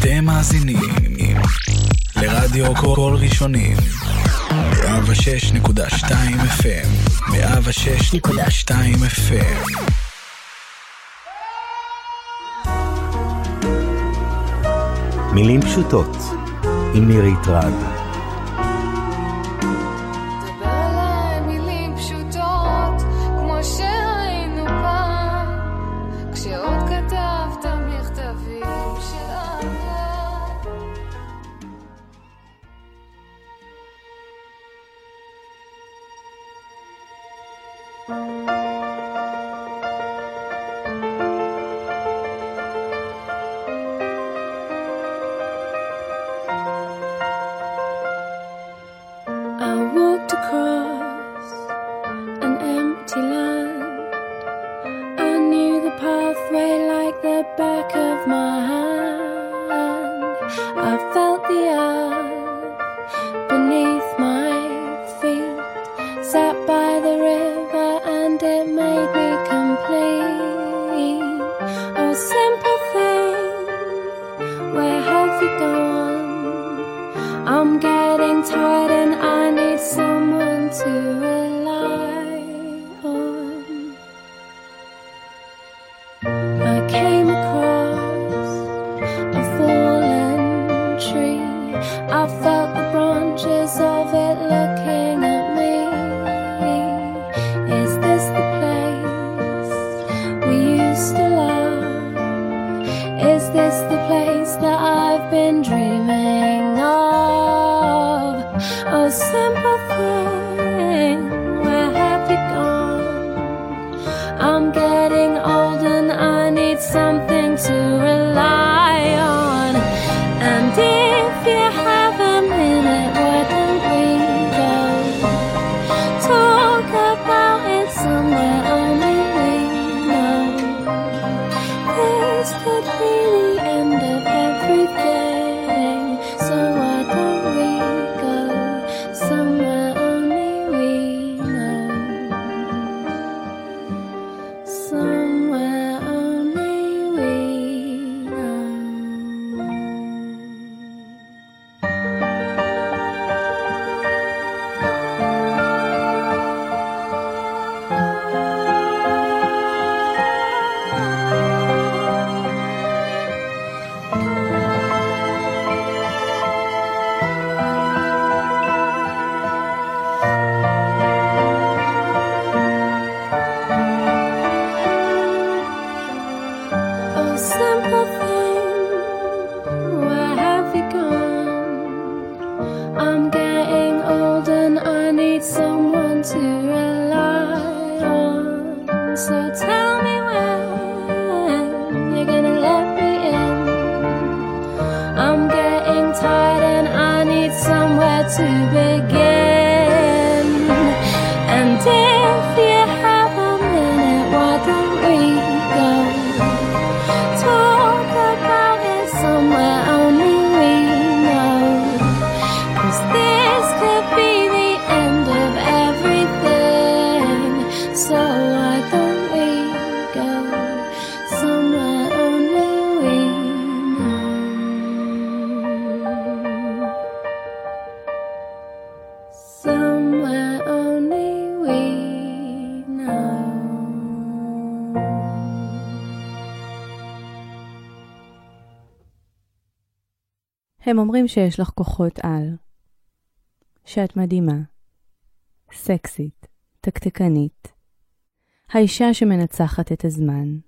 אתם מאזינים לרדיו קול ראשונים 106.2 FM 106.2 FM. מילים פשוטות עם מירי טרג. הם אומרים שיש לך כוחות על, שאת מדהימה, סקסית, תקתקנית, האישה שמנצחת את הזמן.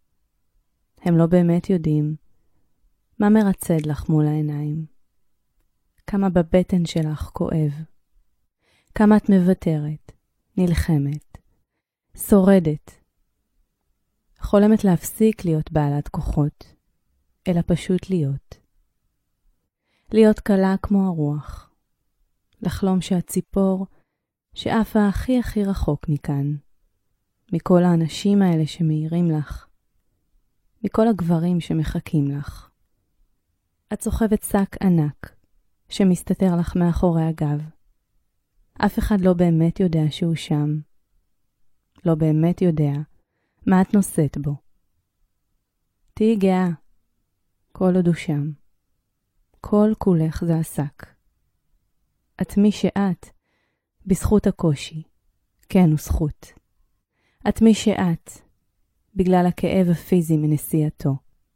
הם לא באמת יודעים מה מרצד לך מול העיניים, כמה בבטן שלך כואב, כמה את מוותרת, נלחמת, שורדת, חולמת להפסיק להיות בעלת כוחות, אלא פשוט להיות קלה כמו הרוח, לחלום שהציפור שאפה הכי הכי רחוק מכאן, מכל האנשים האלה שמאירים לך, מכל הגברים שמחכים לך. את סוחבת שק ענק שמסתתר לך מאחורי הגב. אף אחד לא באמת יודע שהוא שם, לא באמת יודע מה את נושאת בו. תהי גאה, כל עוד הוא שם. כל כולך זה עסק. את מי שאת, בזכות הקושי. כן, הוא זכות. את מי שאת, בגלל הכאב הפיזי מנסיעתו.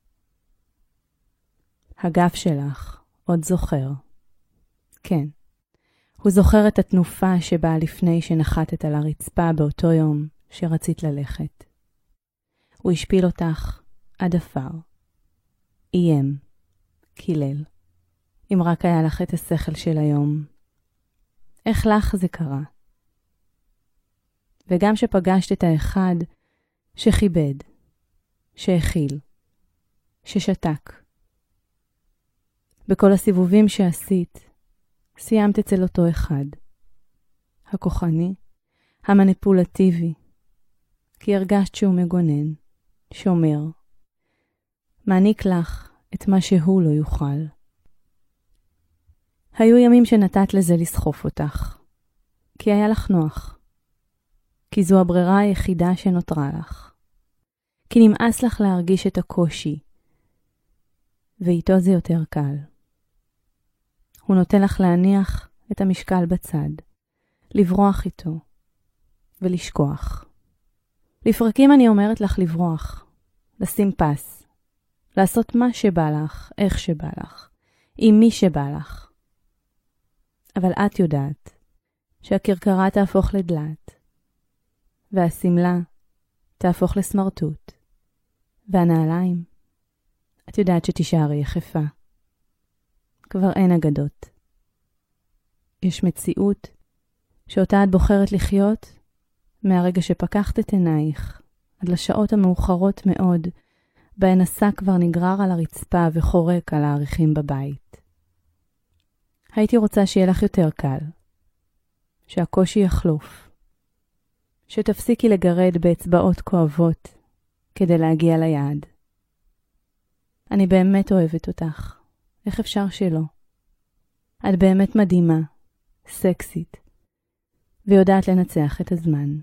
הגף שלך עוד זוכר. כן, הוא זוכר את התנופה שבאה לפני שנחתת על הרצפה באותו יום שרצית ללכת. הוא השפיל אותך עד אפר. איים, קילל. אם רק היה לך את השכל של היום. איך לך זה קרה? וגם שפגשת את האחד שכיבד, שהכיל, ששתק. בכל הסיבובים שעשית, סיימת אצל אותו אחד. הכוחני, המניפולטיבי, כי הרגשת שהוא מגונן, שומר. מעניק לך את מה שהוא לא יוכל. היו ימים שנתת לזה לסחוף אותך, כי היה לך נוח. כי זו הברירה היחידה שנותרה לך. כי נמאס לך להרגיש את הקושי, ואיתו זה יותר קל. הוא נותן לך להניח את המשקל בצד, לברוח איתו ולשכוח. לפרקים אני אומרת לך לברוח, לשים פס, לעשות מה שבא לך, איך שבא לך, עם מי שבא לך. אבל את יודעת שהכרכרה תהפוך לדלת, והסמלה תהפוך לסמרטוט, והנעליים, את יודעת שתישארי יחפה. כבר אין אגדות. יש מציאות שאותה את בוחרת לחיות מהרגע שפקחת את עינייך עד לשעות המאוחרות מאוד, בהן השק כבר נגרר על הרצפה וחורק על העריכים בבית. הייתי רוצה שיהיה לך יותר קל, שהקושי יחלוף, שתפסיקי לגרד באצבעות כואבות כדי להגיע ליעד. אני באמת אוהבת אותך, איך אפשר שלא? את באמת מדהימה, סקסית, ויודעת לנצח את הזמן.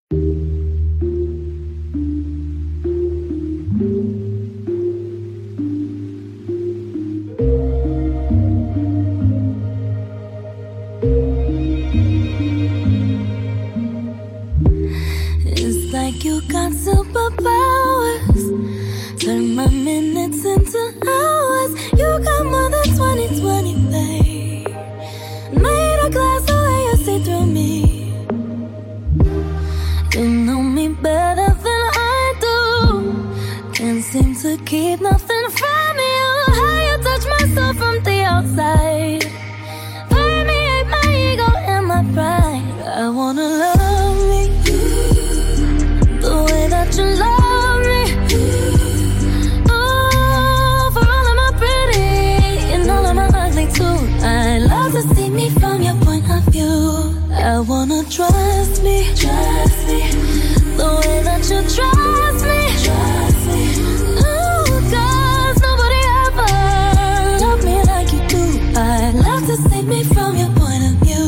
You got superpowers. Turn my minutes into hours. You got more than 20/20, babe. Made a glass the way you see through me. You know me better than I do. Can't seem to keep nothing from you. How you touch my soul from the outside. Permeate my ego and my pride. I wanna love me the way that you love me. Oh, for all of my pretty and all of my ugly too. I love to see me from your point of view. I wanna trust me, the way that you trust me. Oh, 'cause nobody ever loved me like you do. I love to see me from your point of view.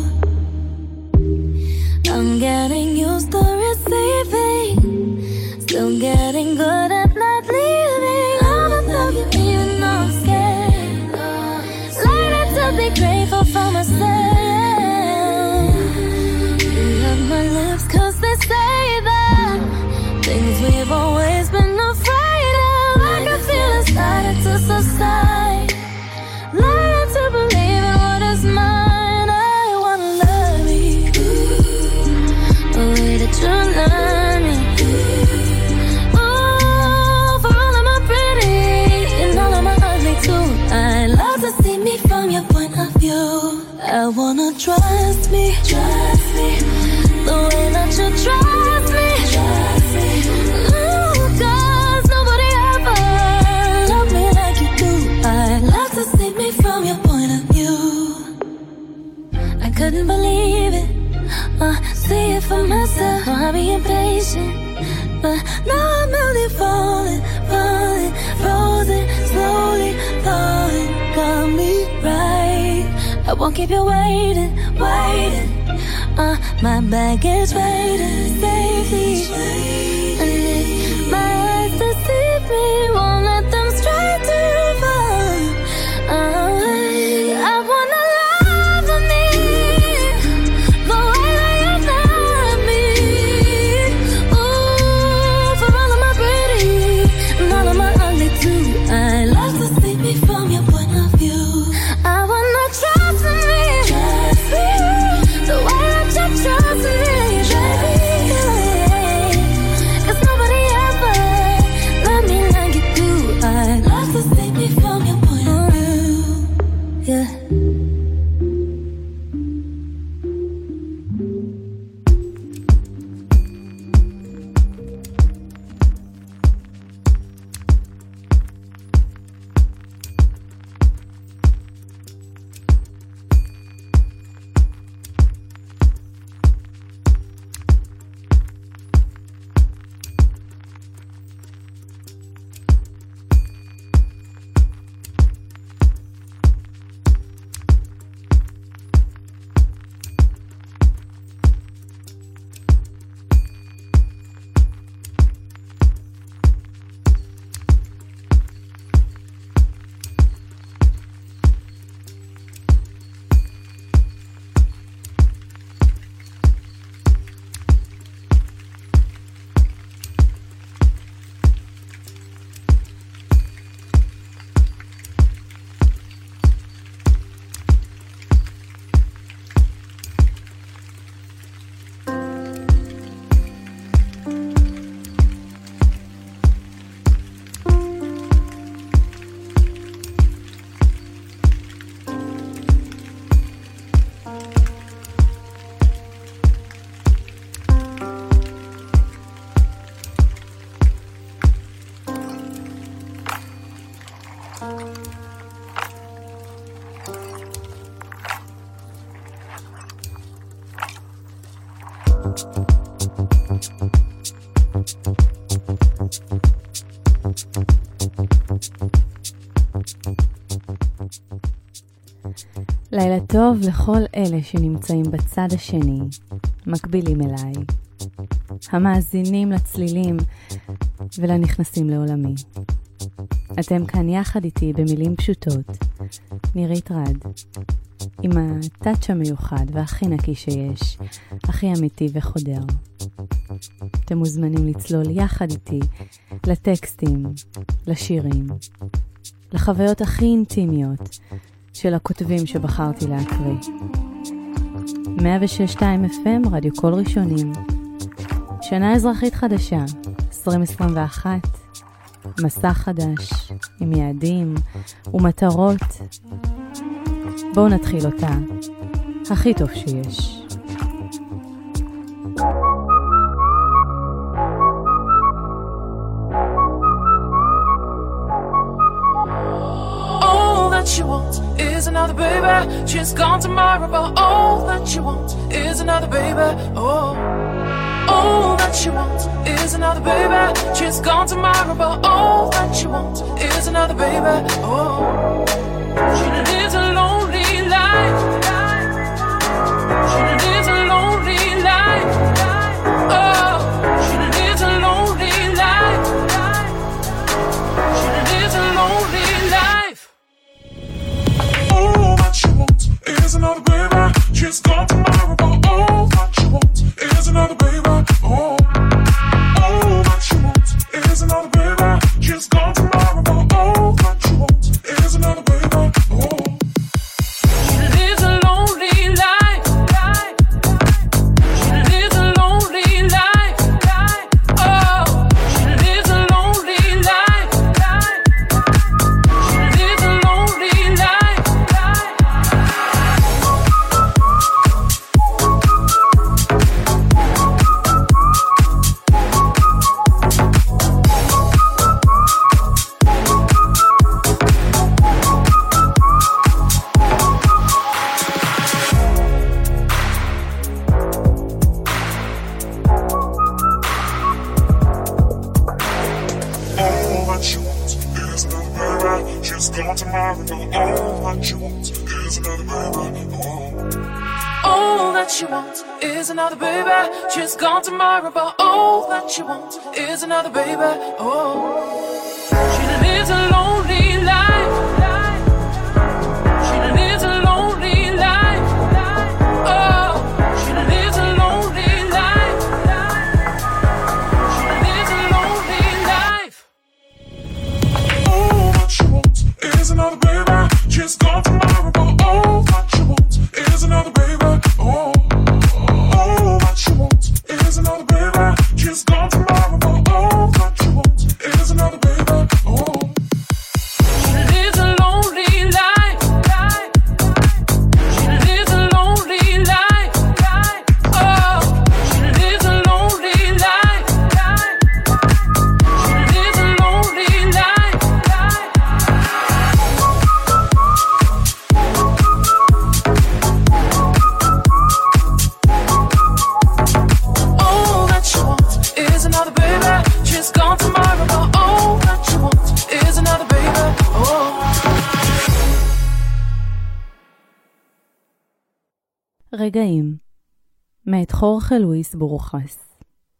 I'm getting used to receiving, still getting good at not leaving. I'm in love with you, even though I'm scared. Learning to be grateful for myself. You love my lips 'cause they say that things we've always been afraid of. I can feel it starting to subside. Learning to believe in what is mine. I wanna love you the way that you love me. Oh, for all of my pretty and all of my ugly too. I love to see me from your point of view. I wanna trust me, the way that you trust me. Oh, 'cause nobody ever loved me like you do. I love to see me from your point of view. I couldn't believe it, see it for myself. I'll be impatient, but now I'm only falling, frozen, slowly falling. Got me right, I won't keep you waiting. My baggage waiting safely. And if my eyes deceive me, won't let them stray too far. לילה טוב לכל אלה שנמצאים בצד השני, מקבילים אליי, המאזינים לצלילים ולנכנסים לעולמי. אתם כאן יחד איתי במילים פשוטות, נירית רד, עם הטאץ' המיוחד והכי נקי שיש, הכי אמיתי וחודר. אתם מוזמנים לצלול יחד איתי לטקסטים, לשירים, לחוויות הכי אינטימיות של הכותבים שבחרתי להקריא. 106.2 FM, רדיו קול ראשונים. שנה אזרחית חדשה, 2021. מסע חדש, עם יעדים ומטרות. בואו נתחיל אותה, הכי טוב שיש. She wants is another baby. She's gone tomorrow, but all that she wants is another baby. Oh, all that she wants is another baby. She's gone tomorrow, but all that she wants is another baby. Oh, she lives a lonely life. She lives a lonely life. Oh, she lives a lonely life. She lives a lonely life. Is another baby. She's gone tomorrow, but all that she wants is another baby. Oh, all that she wants is another baby. She's gone tomorrow, but all that she wants is another baby. Oh, she lives a lonely life. She lives a lonely life. Oh, she lives a lonely life. She lives a lonely life. Another baby, she's gone tomorrow, but all that she wants is another baby. Oh, she lives a lonely life. She lives a lonely life. Oh, she lives a lonely life. She lives a lonely life. All that she wants is another baby. She's gone tomorrow, but all that she wants is another baby. Oh, she wants is another baby. She's gone tomorrow, but all that she wants is another baby. Oh, she lives a lonely life. She lives a lonely life. Oh, she lives a lonely life. She lives a lonely life. רגעים, מאת חורחה לואיס בורחס.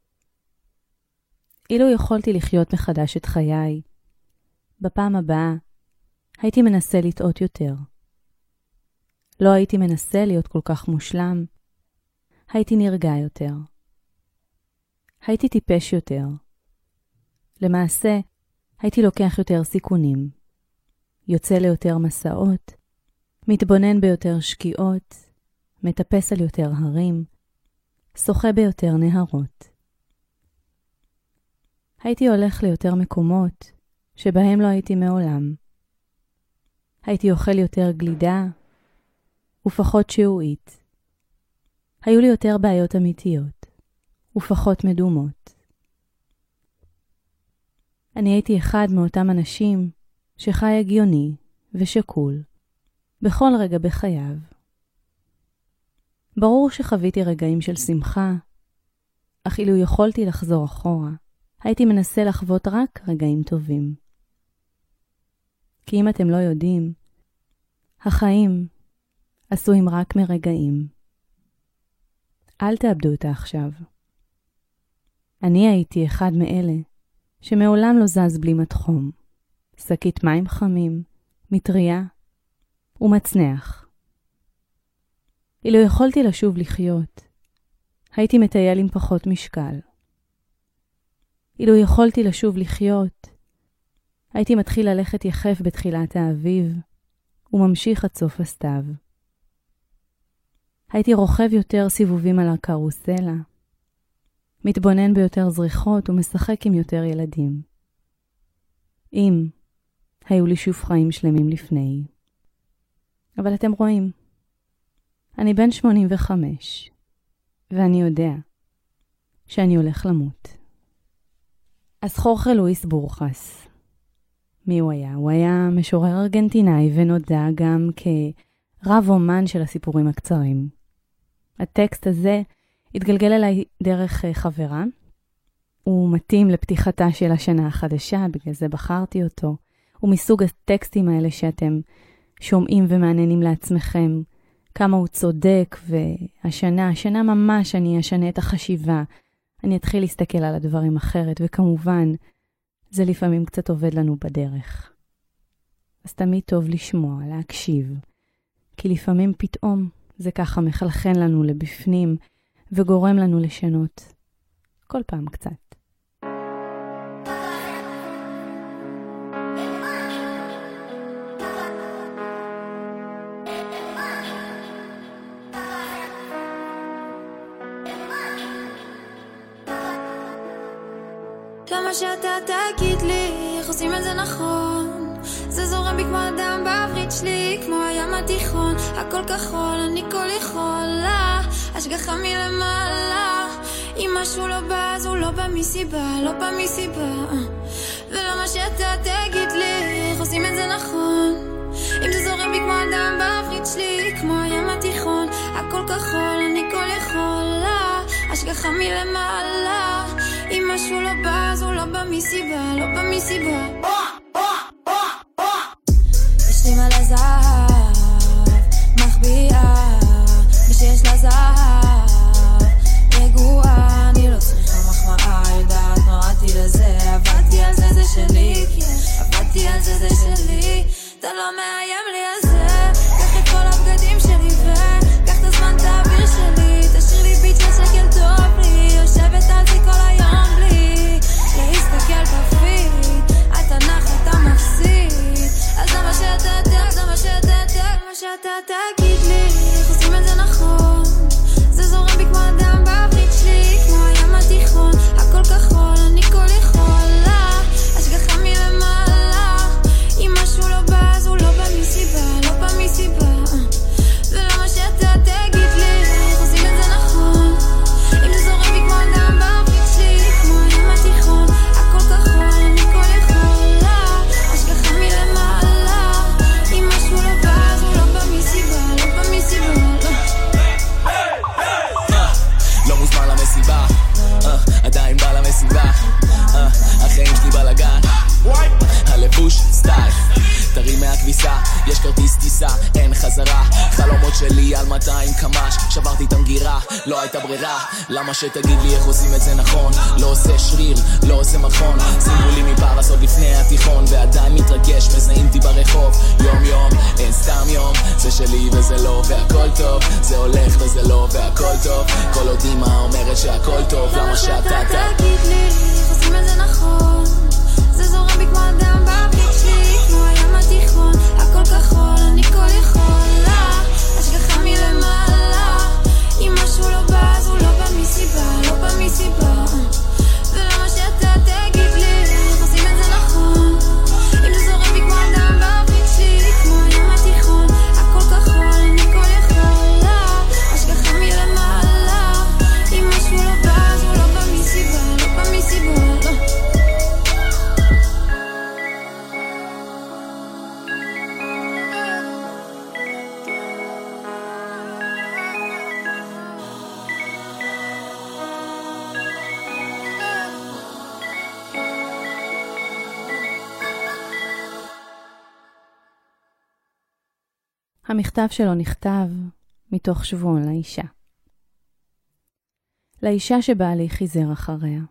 אילו יכולתי לחיות מחדש את חיי, בפעם הבאה הייתי מנסה לטעות יותר. לא הייתי מנסה להיות כל כך מושלם, הייתי נרגע יותר. הייתי טיפש יותר. למעשה, הייתי לוקח יותר סיכונים, יוצא ליותר מסעות, מתבונן ביותר שקיעות, מטפס על יותר הרים, שוחה ביותר נהרות. הייתי הולך ליותר מקומות שבהם לא הייתי מעולם. הייתי אוכל יותר גלידה ופחות שעועית. היו לי יותר בעיות אמיתיות ופחות מדומות. אני הייתי אחד מאותם אנשים שחי הגיוני ושקול בכל רגע בחייו. ברור שחוויתי רגעים של שמחה אך אילו יכולתי לחזור אחורה, הייתי מנסה לחוות רק רגעים טובים. כי אם אתם לא יודעים, החיים עשויים רק מרגעים. אל תאבדו אותה עכשיו. אני הייתי אחד מאלה שמעולם לא זז בלי מתחום, שקית מים חמים, מטריה ומצנח. אילו יכולתי לשוב לחיות, הייתי מטייל עם פחות משקל. אילו יכולתי לשוב לחיות, הייתי מתחיל ללכת יחף בתחילת האביב, וממשיך עד סוף הסתיו. הייתי רוכב יותר סיבובים על הקרוסלה, מתבונן ביותר זריחות ומשחק עם יותר ילדים. אם היו לי שוב חיים שלמים לפני. אבל אתם רואים, אני בן 85, ואני יודע שאני הולך למות. אז חורחה לואיס בורחס. מי הוא היה? הוא היה משורר ארגנטינאי ונודע גם כרב אומן של הסיפורים הקצרים. הטקסט הזה התגלגל אליי דרך חברה. הוא מתאים לפתיחתה של השנה החדשה, בגלל זה בחרתי אותו. הוא מסוג הטקסטים האלה שאתם שומעים ומעניינים לעצמכם, כמה הוא צודק, והשנה ממש אני אשנה את החשיבה. אני אתחיל להסתכל על הדברים אחרת, וכמובן, זה לפעמים קצת עובד לנו בדרך. אז תמיד טוב לשמוע, להקשיב, כי לפעמים פתאום זה ככה מחלחן לנו לבפנים, וגורם לנו לשנות כל פעם קצת. למה שאתה תגיד לי איך עושים את זה נכון? זה זורם בי כמו אדם בעברית שלי, כמו הים התיכון, הכל כחול, אני כל יכולה, השגחה מלמעלה. אם משהו לא בא, אז הוא לא בא מסיבה, לא בא מסיבה. ולמה שאתה תגיד לי איך עושים את זה נכון? אם זה זורם בי כמו אדם בעברית שלי, כמו הים התיכון, הכל כחול, אני כל יכולה, השגחה מלמעלה. אם משהו לא בא, אז הוא לא בא מסיבה, לא בא מסיבה. יש לי מלא זהב, מחביאה, מי שיש לה זהב, רגועה, אני לא צריכה מחמאה, יודעת, נועדתי לזה, עבדתי על זה, זה שלי, עבדתי על זה, זה שלי, אתה לא מאיים לי על זה, קח את כל הבגדים שלי וקח את הזמן, תעביר שלי, תשאיר לי ביט לשקל טוב לי, יושבת על זה כל היום בלי להסתכל בפיד, אל תנח אתה מפסיד. אז זה מה שאתה תגיד לי איך עושים את זה נכון? זה זורם בי כמו אדם בעברית שלי, כמו הים התיכון, הכל כחול, אני כל יכולה, השגחה מלמעלה. אם משהו לא בא, אז הוא לא בא מסיבה, לא בא מסיבה. ולמה שאתה תגיד לי איך עושים את זה נכון? אם זה זורם בי כמו אדם בעברית שלי, כמו הים התיכון, הכל כחול, אני כל יכולה, השגחה מלמעלה. אם משהו לא בא, אז הוא לא בא מסיבה, לא בא מסיבה, לא מוזמן למסיבה, עדיין בא למסיבה, החיים שלי בלגן, הלבוש סטייל, תרים מהכביסה, יש כרטיס טיסה, אין חזרה, חלומות שלי על 200 קמ"ש, שברתי את המגירה, לא הייתה ברירה. למה שתגיד לי איך עושים את זה נכון? לא עושה שריר, לא עושה מכון, שימו לי מפרס עוד לפני התיכון, ועדיין מתרגש, מזהים אותי ברחוב, יום יום, אין סתם יום, זה שלי וזה לא, והכל טוב, זה הולך וזה לא, והכל טוב, כל עוד אמא אומרת שהכל טוב. למה שאתה תגיד לי איך עושים את זה נכון? זה זורם בי כמו אדם בעברית שלי, כמו הים התיכון, הכל כחול, אני כל יכולה, השגחה מלמעלה. אם משהו לא בא, אז הוא לא בא מסיבה, לא בא מסיבה. ולמה שאתה תגיד לי איך עושים את זה נכון? אם זה זורם בי כמו אדם בעברית שלי, כמו הים התיכון, הכל כחול, אני כל יכולה, השגחה מלמעלה. אם משהו לא בא, אז הוא לא בא מסיבה, לא המכתב שלו נכתב מתוך שבועון לאישה. לאישה שבעלי חיזר אחריה.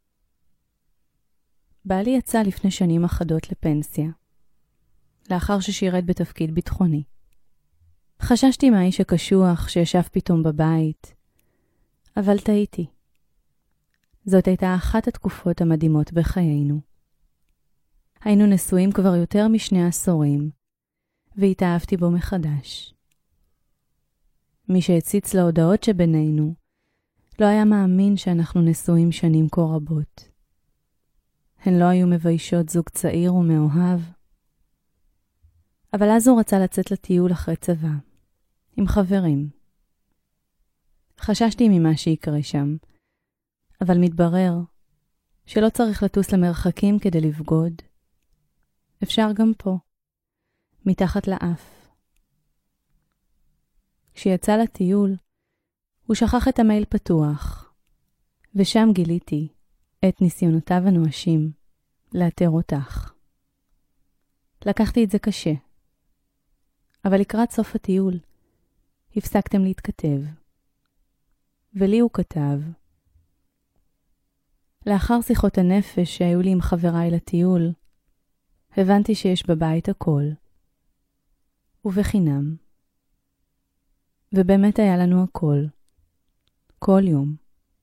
בעלי יצא לפני שנים אחדות לפנסיה, לאחר ששירת בתפקיד ביטחוני. חששתי מהאיש הקשוח שישב פתאום בבית, אבל טעיתי. זאת הייתה אחת התקופות המדהימות בחיינו. היינו נשואים כבר יותר מ2 עשורים, והתאהבתי בו מחדש. מי שהציץ להודעות שבינינו, לא היה מאמין שאנחנו נשואים שנים כה רבות. הן לא היו מביישות זוג צעיר ומאוהב. אבל אז הוא רצה לצאת לטיול אחרי צבא, עם חברים. חששתי ממה שיקרה שם, אבל מתברר שלא צריך לטוס למרחקים כדי לבגוד. אפשר גם פה, מתחת לאף. כשיצא לטיול, הוא שכח את המייל פתוח, ושם גיליתי את ניסיונותיו הנואשים לאתר אותך. לקחתי את זה קשה, אבל לקראת סוף הטיול הפסקתם להתכתב, ולי הוא כתב. לאחר שיחות הנפש שהיו לי עם חבריי לטיול, הבנתי שיש בבית הכל, ובחינם. ובאמת היה לנו הכל, כל יום.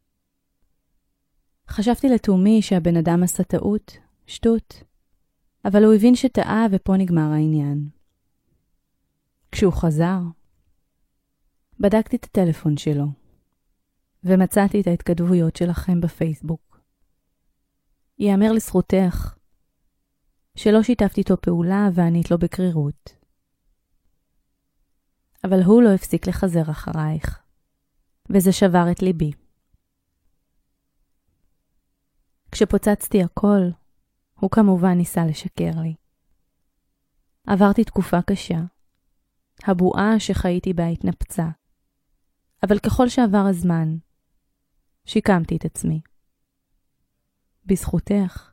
חשבתי לתומי שהבן אדם עשה טעות, שטות, אבל הוא הבין שטעה ופה נגמר העניין. כשהוא חזר, בדקתי את הטלפון שלו, ומצאתי את ההתכתבויות שלכם בפייסבוק. יאמר לזכותך שלא שיתפתי איתו פעולה וענית לו בקרירות. אבל הוא לא הפסיק לחזר אחרייך, וזה שבר את ליבי. כשפוצצתי הכל, הוא כמובן ניסה לשקר לי. עברתי תקופה קשה. הבועה שחייתי בה התנפצה. אבל ככל שעבר הזמן, שיקמתי את עצמי. בזכותך,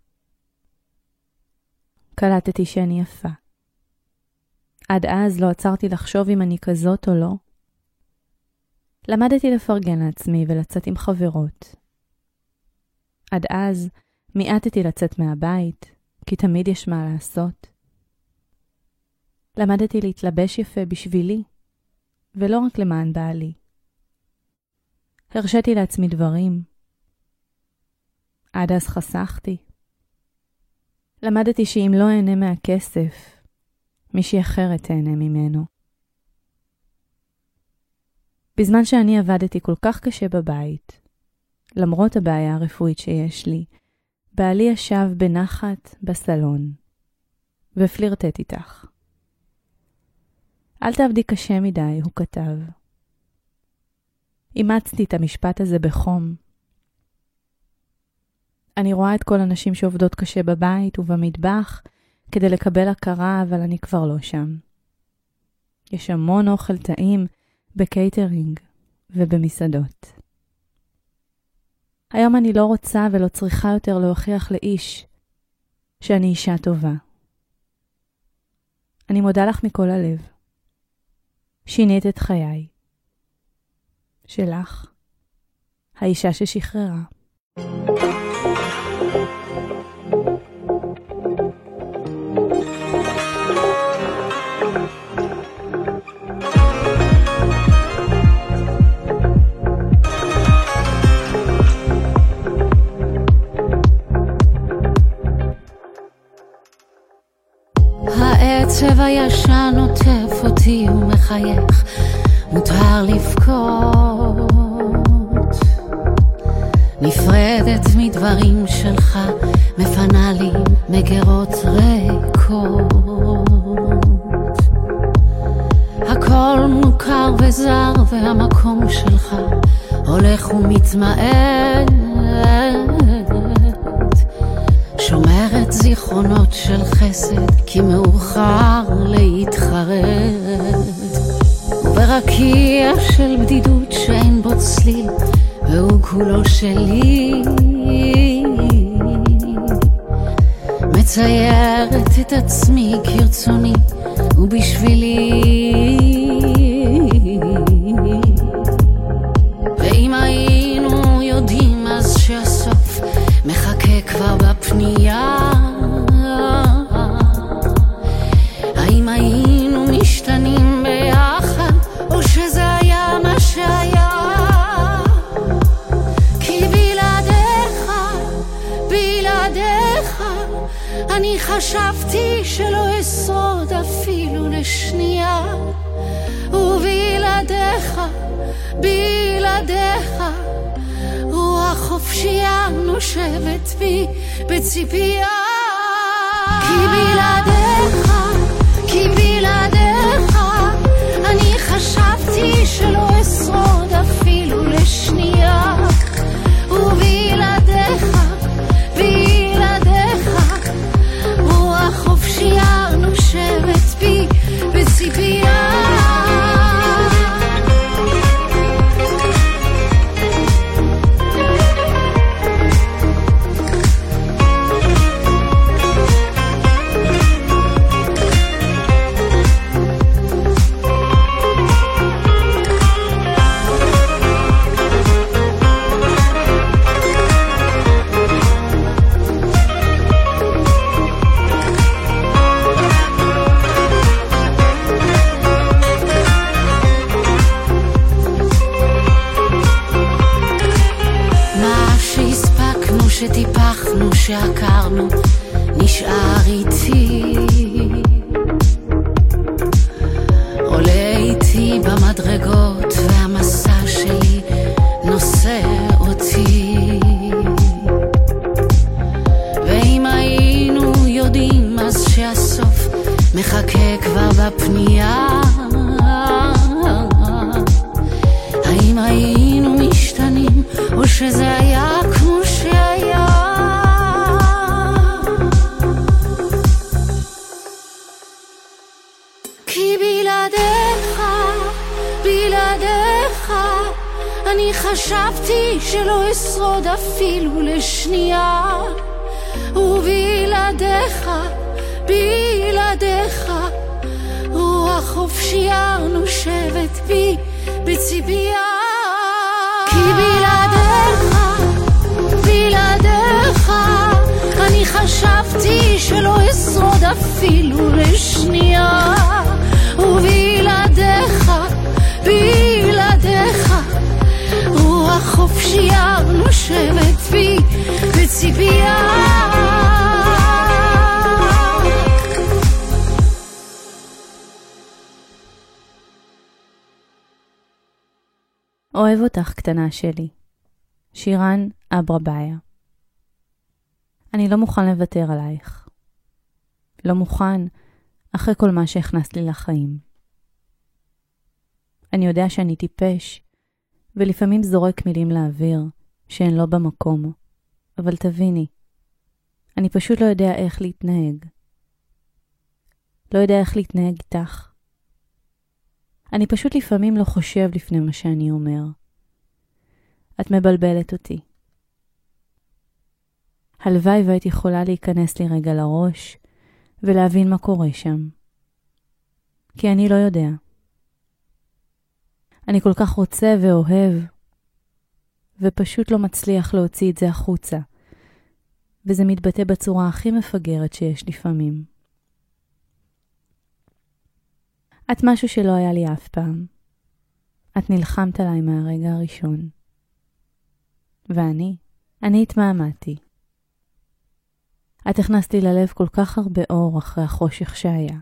קלטתי שאני יפה. עד אז לא עצרתי לחשוב אם אני כזאת או לא. למדתי לפרגן לעצמי ולצאת עם חברות. עד אז מיעטתי לצאת מהבית, כי תמיד יש מה לעשות. למדתי להתלבש יפה בשבילי, ולא רק למען בעלי. הרשיתי לעצמי דברים. עד אז חסכתי. למדתי שאם לא אהנה מהכסף, מישהי אחרת תהנה ממנו. בזמן שאני עבדתי כל כך קשה בבית, למרות הבעיה הרפואית שיש לי, בעלי ישב בנחת בסלון, ופלירטט איתך. אל תעבדי קשה מדי, הוא כתב. אימצתי את המשפט הזה בחום. אני רואה את כל הנשים שעובדות קשה בבית ובמטבח כדי לקבל הכרה, אבל אני כבר לא שם. יש המון אוכל טעים בקייטרינג ובמסעדות. היום אני לא רוצה ולא צריכה יותר להוכיח לאיש שאני אישה טובה. אני מודה לך מכל הלב. שינית את חיי. שלך, האישה ששחררה. העצב הישן עוטף אותי ומחייך, מותר לבכות. נפרדת מדברים שלך, מפנה לי מגרות ריקות. הכל מוכר וזר והמקום שלך הולך ומתמעט. שומרת זיכרונות של חסד, כי מאוחר להתחרט. וברקיע של בדידות שאין בו צליל, והוא כולו שלי, מציירת את עצמי כרצוני ובשבילי. אני חשבתי שלא אשרוד אפילו לשנייה, ובלעדיך, בלעדיך, רוח חופשייה נושבת בי בציפייה. כי בלעדיך, כי בלעדיך, אני חשבתי שלא אשרוד אפילו לשנייה, ובלעדיך, בלעדיך, רוח חופשייה נושבת בי בציפייה. שטיפחנו, שהכרנו, נשאר איתי, עולה איתי במדרגות, והמסע שלי נושא אותי. ואם היינו יודעים אז שהסוף מחכה כבר בפנייה, האם היינו משתנים או שזה היה כמו שהיה? כי בלעדיך, בלעדיך, אני חשבתי שלא אשרוד אפילו לשנייה, ובלעדיך, בלעדיך, רוח חופשייה נושבת בי בציפייה. כי בלעדיך, בלעדיך, אני חשבתי שלא אשרוד אפילו לשנייה, ובלעדיך, בלעדיך, רוח חופשייה נושבת בי בציפייה. אוהב אותך קטנה שלי, שירן אברבאיה. אני לא מוכן לוותר עלייך. לא מוכן אחרי כל מה שהכנסת לי לחיים. אני יודע שאני טיפש, ולפעמים זורק מילים לאוויר שהן לא במקום, אבל תביני, אני פשוט לא יודע איך להתנהג. לא יודע איך להתנהג איתך. אני פשוט לפעמים לא חושב לפני מה שאני אומר. את מבלבלת אותי. הלוואי והיית יכולה להיכנס לי רגע לראש ולהבין מה קורה שם. כי אני לא יודע. אני כל כך רוצה ואוהב, ופשוט לא מצליח להוציא את זה החוצה. וזה מתבטא בצורה הכי מפגרת שיש לפעמים. את משהו שלא היה לי אף פעם. את נלחמת עליי מהרגע הראשון. ואני התמהמהתי. את הכנסת לי ללב כל כך הרבה אור אחרי החושך שהיה.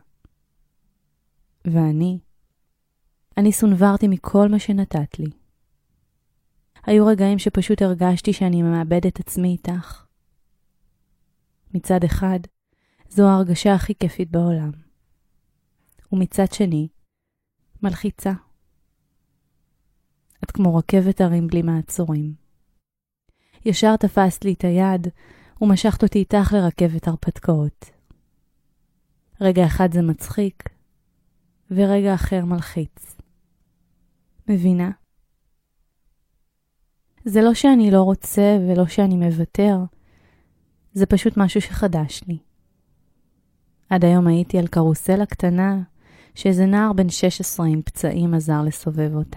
ואני סונברתי מכל מה שנתת לי. היו רגעים שפשוט הרגשתי שאני מאבד את עצמי איתך. מצד אחד, זו ההרגשה הכי כיפית בעולם. ומצד שני, מלחיצה. את כמו רכבת הרים בלי מעצורים. ישר תפסת לי את היד ומשכת אותי איתך לרכבת הרפתקאות. רגע אחד זה מצחיק, ורגע אחר מלחיץ. מבינה? זה לא שאני לא רוצה ולא שאני מוותר, זה פשוט משהו שחדש לי. עד היום הייתי על קרוסלה קטנה, שאיזה נער בן 16 עם פצעים עזר לסובב אותה.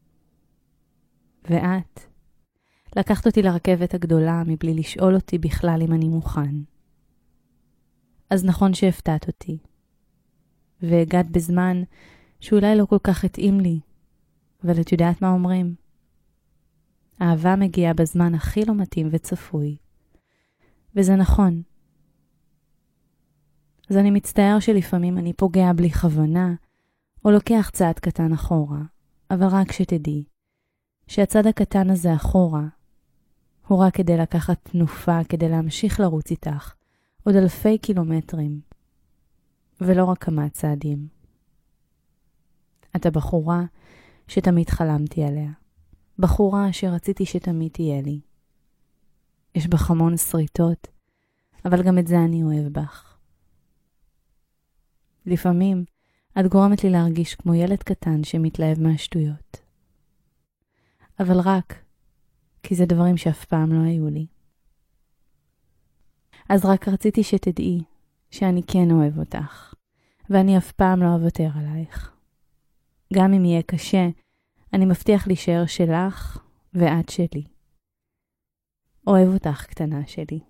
ואת לקחת אותי לרכבת הגדולה מבלי לשאול אותי בכלל אם אני מוכן. אז נכון שהפתעת אותי. והגעת בזמן שאולי לא כל כך התאים לי, אבל את יודעת מה אומרים? אהבה מגיעה בזמן הכי לא מתאים וצפוי. וזה נכון. אז אני מצטער שלפעמים אני פוגע בלי כוונה, או לוקח צעד קטן אחורה, אבל רק שתדעי, שהצד הקטן הזה אחורה, הוא רק כדי לקחת תנופה, כדי להמשיך לרוץ איתך, עוד אלפי קילומטרים, ולא רק כמה צעדים. את הבחורה שתמיד חלמתי עליה, בחורה שרציתי שתמיד תהיה לי. יש בך המון שריטות, אבל גם את זה אני אוהב בך. לפעמים את גורמת לי להרגיש כמו ילד קטן שמתלהב מהשטויות. אבל רק כי זה דברים שאף פעם לא היו לי. אז רק רציתי שתדעי שאני כן אוהב אותך, ואני אף פעם לא אוותר עלייך. גם אם יהיה קשה, אני מבטיח להישאר שלך ואת שלי. אוהב אותך, קטנה שלי.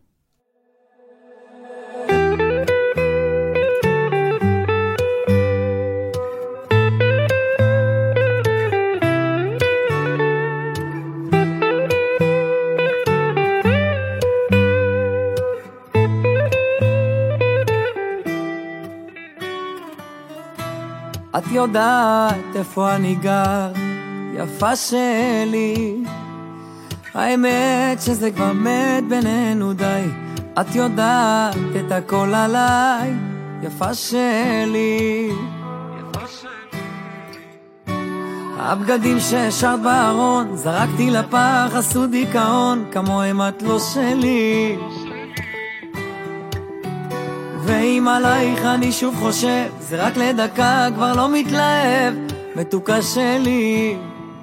את יודעת איפה אני גר, יפה שלי, האמת שזה כבר מת בינינו די. את יודעת את הכל עליי, יפה שלי. הבגדים שהשארת בארון זרקתי לפח, עשו דיכאון, כמוהם את לא שלי. ואם עלייך אני שוב חושב, זה רק לדקה, כבר לא מתלהב, מתוקה שלי.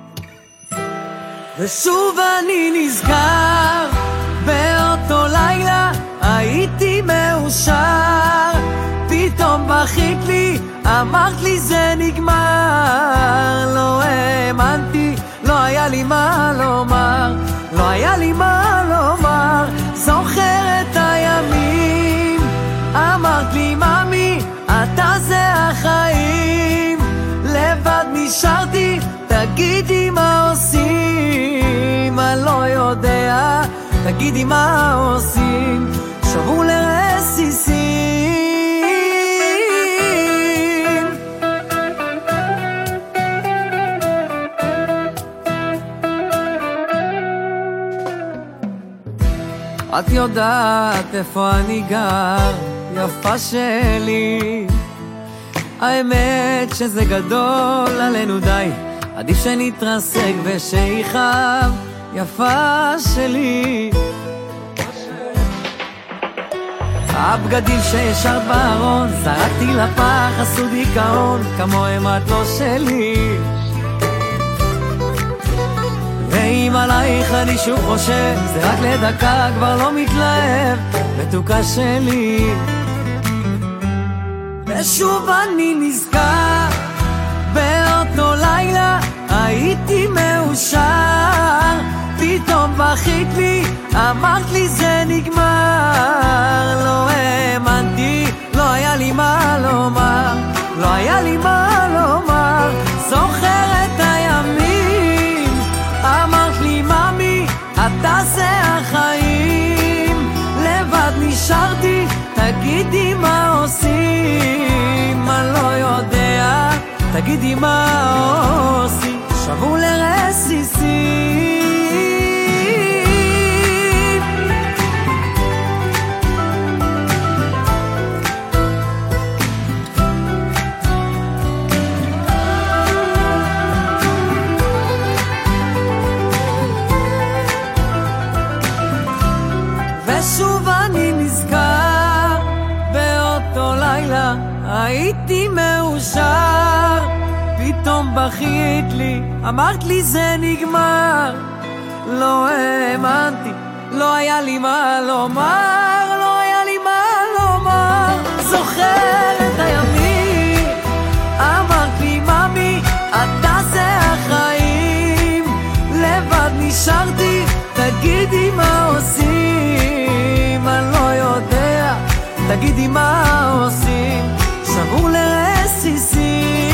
ושוב אני נזכר, באותו לילה הייתי מאושר, פתאום בכית לי, אמרת לי זה נגמר. לא האמנתי, לא היה לי מה לומר, לא היה לי מה לומר. זוכר את הימים, אמרת לי ממי, אתה זה החיים. לבד נשארתי, תגידי מה עושים. אני לא יודע, תגידי מה עושים. שבו לרסיסים. את יודעת איפה אני גר, יפה שלי, האמת שזה גדול עלינו די, עדיף שנתרסק ושיחב, יפה שלי. הבגדים שהשארת בארון זרקתי לפח, עשו דיכאון, כמוהם את לא שלי. ואם עלייך אני שוב חושב, זה רק לדקה, כבר לא מתלהב, מתוקה שלי. ושוב אני נזכר, באותו לילה הייתי מאושר, פתאום בכית לי, אמרת לי זה נגמר. לא האמנתי, לא היה לי מה לומר, לא היה לי מה לומר. זוכר את הימים, אמרת לי ממי, אתה זה החיים. לבד נשארתי, תגידי מה עושים. אני לא יודע, תגידי מה עושים. שבו לרסיסים. ושוב אני נזכר, באותו לילה הייתי מאושר, פתאום בכית לי, אמרת לי זה נגמר. לא האמנתי, לא היה לי מה לומר, לא היה לי מה לומר. זוכר את הימים, אמרת לי ממי, אתה זה החיים. לבד נשארתי, תגידי מה עושים. אני לא יודע, תגידי מה עושים. שבור לרסיסים.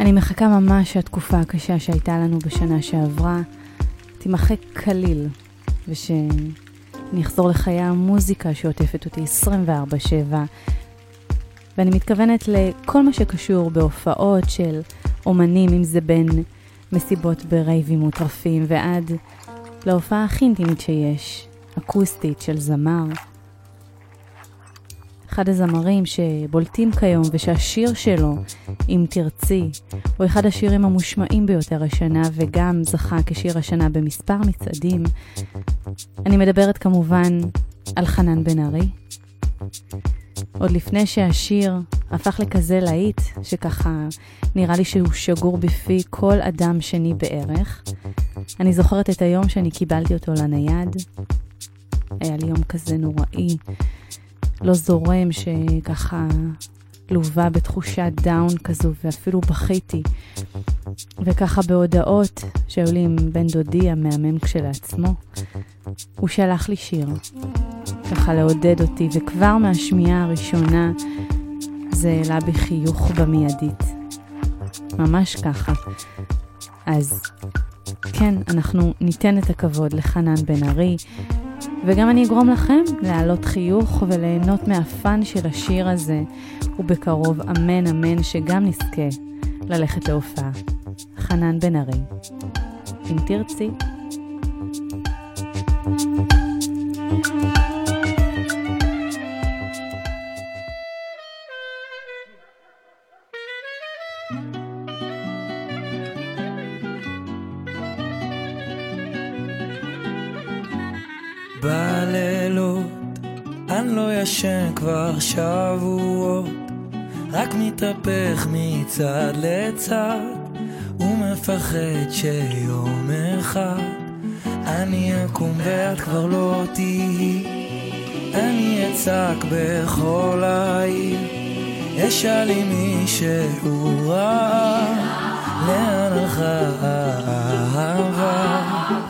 אני מחכה ממש שהתקופה הקשה שהייתה לנו בשנה שעברה תימחק כליל, ושאני אחזור לחיי המוזיקה שעוטפת אותי 24/7, ואני מתכוונת לכל מה שקשור בהופעות של אומנים, אם זה בין מסיבות ברייבים וטרפים ועד להופעה הכי אינטימית שיש, אקוסטית של זמר. אחד הזמרים שבולטים כיום ושהשיר שלו, אם תרצי, הוא אחד השירים המושמעים ביותר השנה וגם זכה כשיר השנה במספר מצעדים. אני מדברת כמובן על חנן בן ארי. עוד לפני שהשיר הפך לכזה להיט, שככה נראה לי שהוא שגור בפי כל אדם שני בערך, אני זוכרת את היום שאני קיבלתי אותו לנייד. היה לי יום כזה נוראי, לא זורם, שככה לובה בתחושת דאון כזו, ואפילו בכיתי. וככה בהודעות שהיו לי עם בן דודי המאמן כשלעצמו, הוא שלח לי שיר, ככה לעודד אותי, וכבר מהשמיעה הראשונה זה העלה בי חיוך במיידית. ממש ככה. אז כן, אנחנו ניתן את הכבוד לחנן בן ארי, וגם אני אגרום לכם להעלות חיוך וליהנות מהפן של השיר הזה, ובקרוב אמן אמן שגם נזכה ללכת להופעה. חנן בן ארי, אם תרצי. בלילות אני לא ישן כבר שבועות, רק מתהפך מצד לצד ומפחד שיום אחד אני אקום ואת כבר לא תהי. אני אצעק בכל העיר, אשאל לי מישהו רע, לאן הלכה האהבה.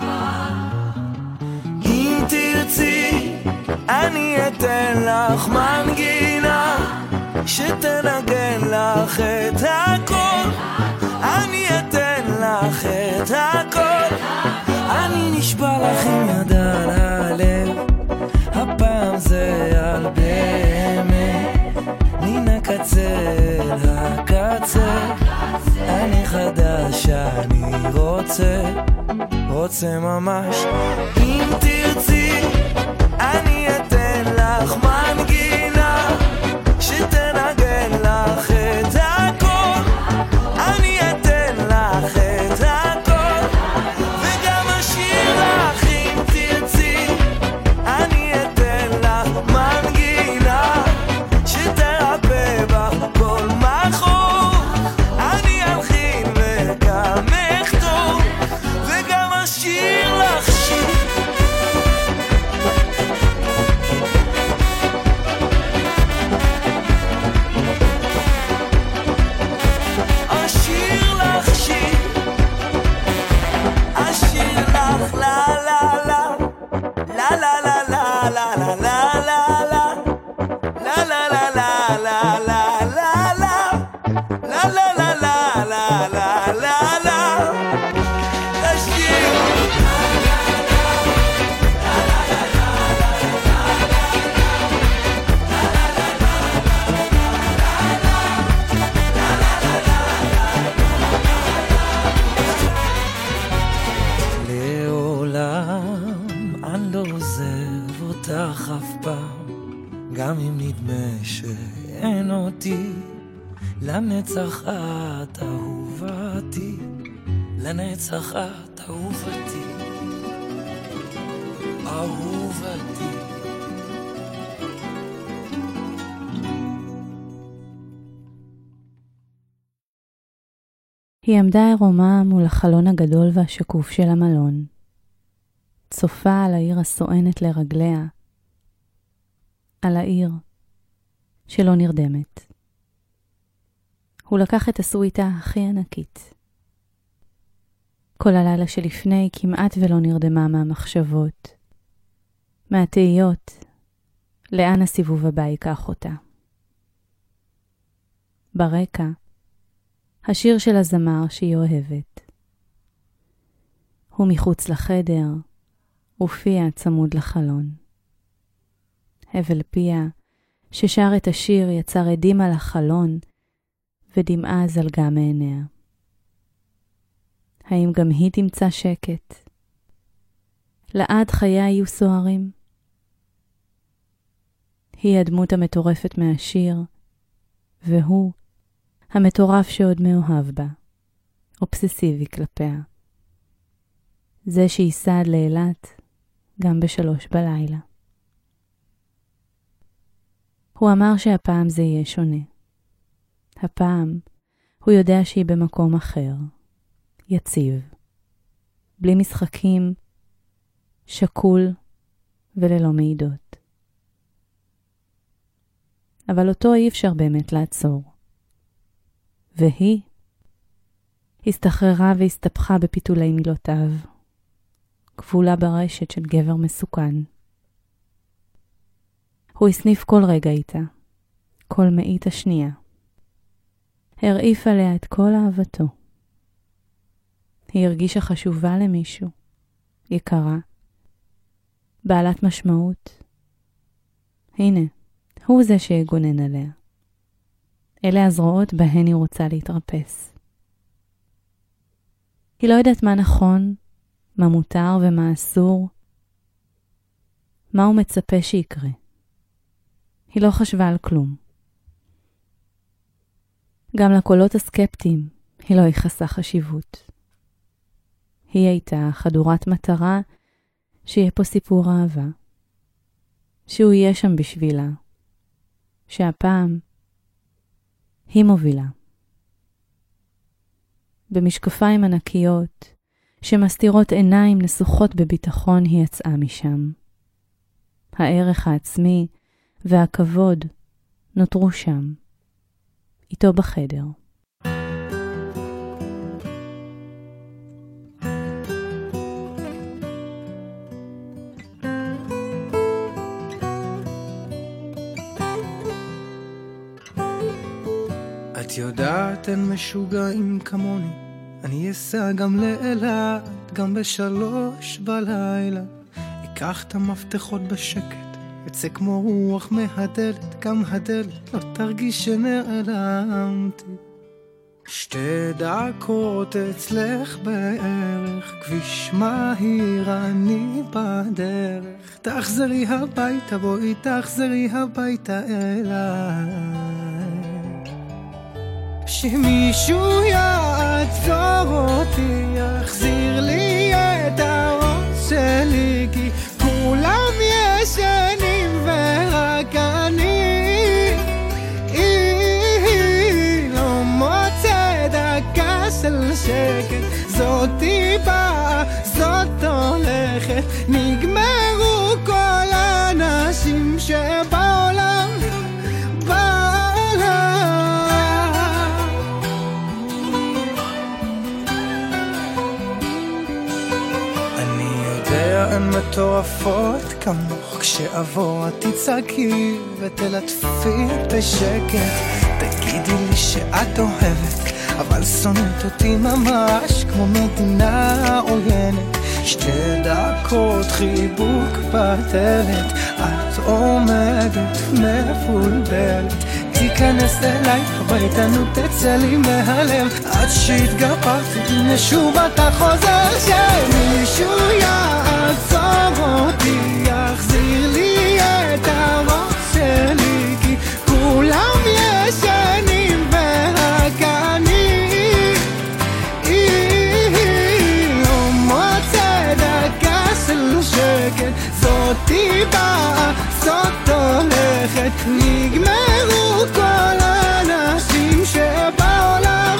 אם תרצי אני אתן לך מנגינה שתנגן לך את הכל, אני אתן לך את הכל. אני נשבע לך עם יד על הלב, הפעם זה על באמת, מן הקצה אל הקצה. אני חדש, אני רוצה ממש. אם תרצי אני אתן לך מנגינה שתנגן לך את הכל, אני אתן לך את הכל, וגם אשיר לך. אם תרצי אני אתן לך מנגינה שתרפא בך כל מחור, אני אלחין וגם אכתוב, וגם אשיר לך שיר. גם אם נדמה שאין אותי, לנצח את אהובתי, לנצח את אהובתי, אהובתי. היא עמדה עירומה מול החלון הגדול והשקוף של המלון, צופה על העיר הסואנת לרגליה, על העיר שלא נרדמת. הוא לקח את הסוויטה הכי ענקית. כל הלילה שלפני כמעט ולא נרדמה מהמחשבות, מהתהיות, לאן הסיבוב הבא ייקח אותה. ברקע, השיר של הזמר שהיא אוהבת. הוא מחוץ לחדר, ופיה צמוד לחלון. הבל פיה, ששר את השיר, יצר עדים על החלון, ודמעה זלגה מעיניה. האם גם היא תמצא שקט? לעד חייה יהיו סוערים? היא הדמות המטורפת מהשיר, והוא המטורף שעוד מאוהב בה, אובססיבי כלפיה. זה שייסע עד לאילת גם ב3 בלילה. הוא אמר שהפעם זה יהיה שונה. הפעם הוא יודע שהיא במקום אחר, יציב, בלי משחקים, שקול וללא מעידות. אבל אותו אי אפשר באמת לעצור. והיא הסתחררה והסתפחה בפיתולי מילותיו, כבולה ברשת של גבר מסוכן. הוא הסניף כל רגע איתה, כל מאית השנייה. הרעיף עליה את כל אהבתו. היא הרגישה חשובה למישהו, יקרה, בעלת משמעות. הנה, הוא זה שיגונן עליה. אלה הזרועות בהן היא רוצה להתרפס. היא לא יודעת מה נכון, מה מותר ומה אסור, מה הוא מצפה שיקרה. היא לא חשבה על כלום. גם לקולות הסקפטיים היא לא ייחסה חשיבות. היא הייתה חדורת מטרה שיהיה פה סיפור אהבה. שהוא יהיה שם בשבילה. שהפעם היא מובילה. במשקפיים ענקיות שמסתירות עיניים נסוחות בביטחון היא יצאה משם. הערך העצמי והכבוד נותרו שם, איתו בחדר. את יודעת, אין משוגעים כמוני, אני אסע גם לאילת, גם ב3 בלילה. אקח את המפתחות בשקט, אצא כמו רוח מהדלת, גם הדלת לא תרגיש שנעלמתי. 2 דקות אצלך בערך, כביש מהיר אני בדרך. תחזרי הביתה, בואי תחזרי הביתה אליי. שמישהו יעצור אותי, יחזיר לי את הראש שלי, כי כולם ישנים ורק אני לא מוצא דקה של שקט. זאתי באה, זאת הולכת, נגמרו כל האנשים שבעולם. הן מטורפות כמוך, כשאבוא תצעקי ותלטפי בשקט. תגידי לי שאת אוהבת, אבל שונאת אותי ממש כמו מדינה עוינת. 2 דקות חיבוק בדלת, את עומדת מבולבלת. תיכנס אליי הביתה, נו תצא לי מהלב. עד שהתגברתי, הנה שוב אתה חוזר. שמישהו יעצור אותי, יחזיר לי את הראש שלי, כי כולם ישנים ורק אני לא מוצא דקה של שקט. זאתי באה, זאת הולכת, נגמרו כל האנשים שבעולם.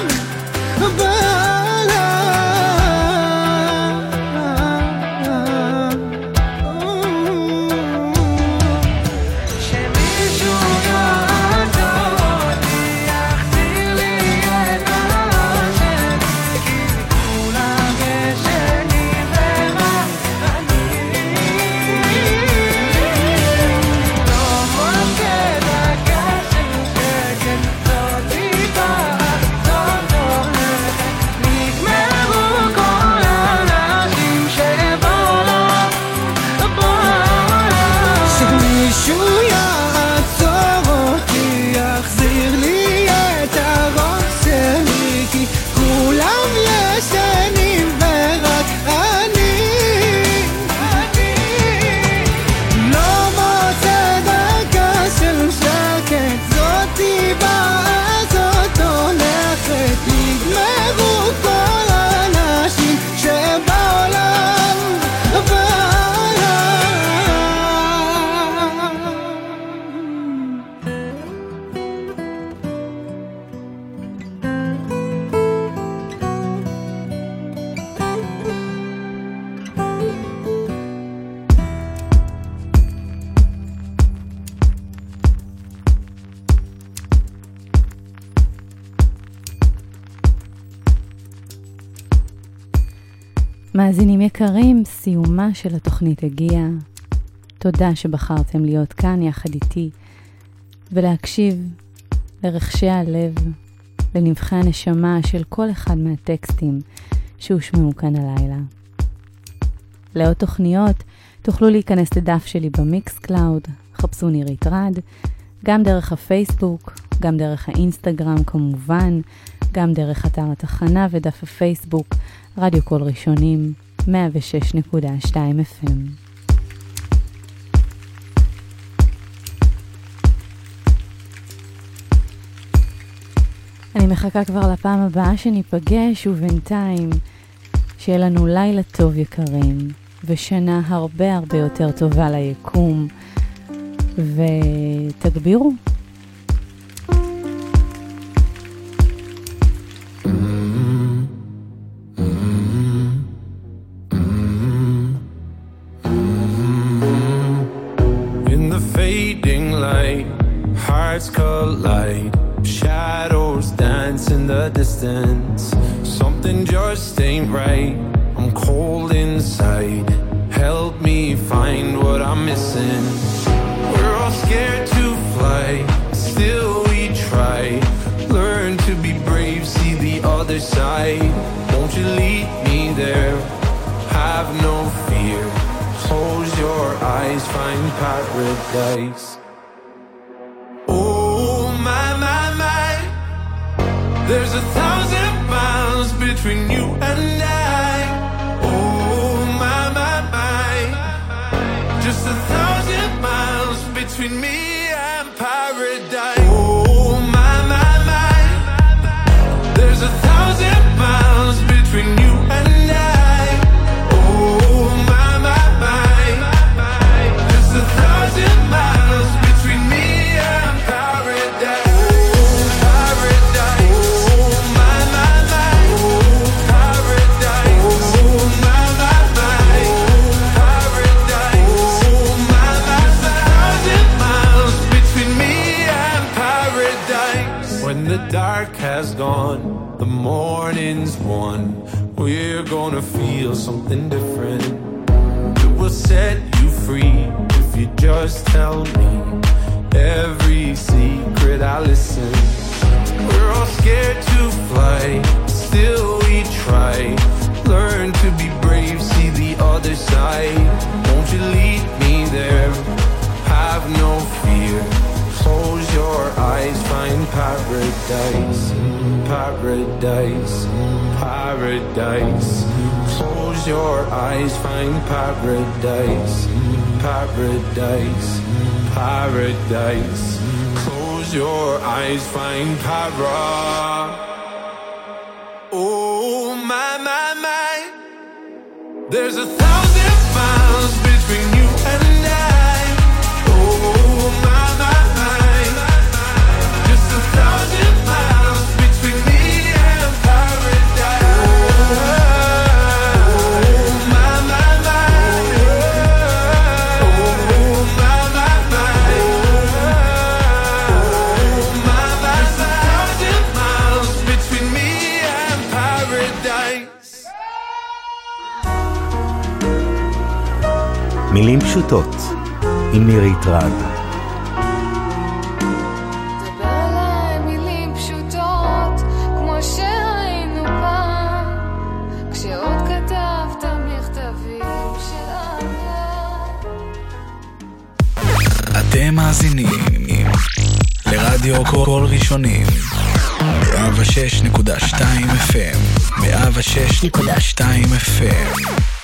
ישנים ורק אני לא מוצא דקה של שקט, זאתי באה זאת הולכת, נגמרו כל האנשים שבעולם מאזינים יקרים, סיומה של התוכנית הגיע. תודה שבחרתם להיות כאן יחד איתי ולהקשיב לרחשי הלב, לנבחי הנשמה של כל אחד מהטקסטים שהושמעו כאן הלילה. לעוד תוכניות תוכלו להיכנס לדף שלי במיקס קלאוד, חפשו נירית רד, גם דרך הפייסבוק, גם דרך האינסטגרם כמובן, גם דרך אתר התחנה ודף הפייסבוק, רדיו קול ראשונים, 106.2 FM. אני מחכה כבר לפעם הבאה שניפגש, ובינתיים שיהיה לנו לילה טוב יקרים, ושנה הרבה הרבה יותר טובה ליקום, ותגבירו. Hearts collide, shadows dance in the distance. Something just ain't right, I'm cold inside. Help me find what I'm missing. We're all scared to fly, still we try. Learn to be brave, see the other side. Won't you lead me there? Have no fear. Close your eyes, find paradise. There's 1,000 miles between you and I. Oh my, my, my. Just 1,000 miles between me and paradise. Oh my, my, my. There's 1,000 miles between you and I. Oh my, my, my. Just 1,000 miles between me and paradise. When the dark has gone, the morning's won. We're gonna feel something different. It will set you free if you just tell me every secret I listen. We're all scared to fly, still we try. Learn to be brave, see the other side. Won't you lead me there? Have no fear. Close your eyes, find paradise, paradise, paradise. Close your eyes, find paradise, paradise, paradise. Close your eyes, find paradise. Oh my, my, my. There's 1,000 miles between you and I. Oh my, my, my. Just 1,000 miles between me and paradise. Oh my, my, my. Oh my, my, my. Oh my, my, my. 1,000 miles between me and paradise. מילים פשוטות עם נירית רד. דבר אליי מילים פשוטות כמו שהיינו פעם, כשעוד כתבת מכתבים של אהבה. אתם מאזינים לרדיו קול ראשונים 106.2 FM 106.2 FM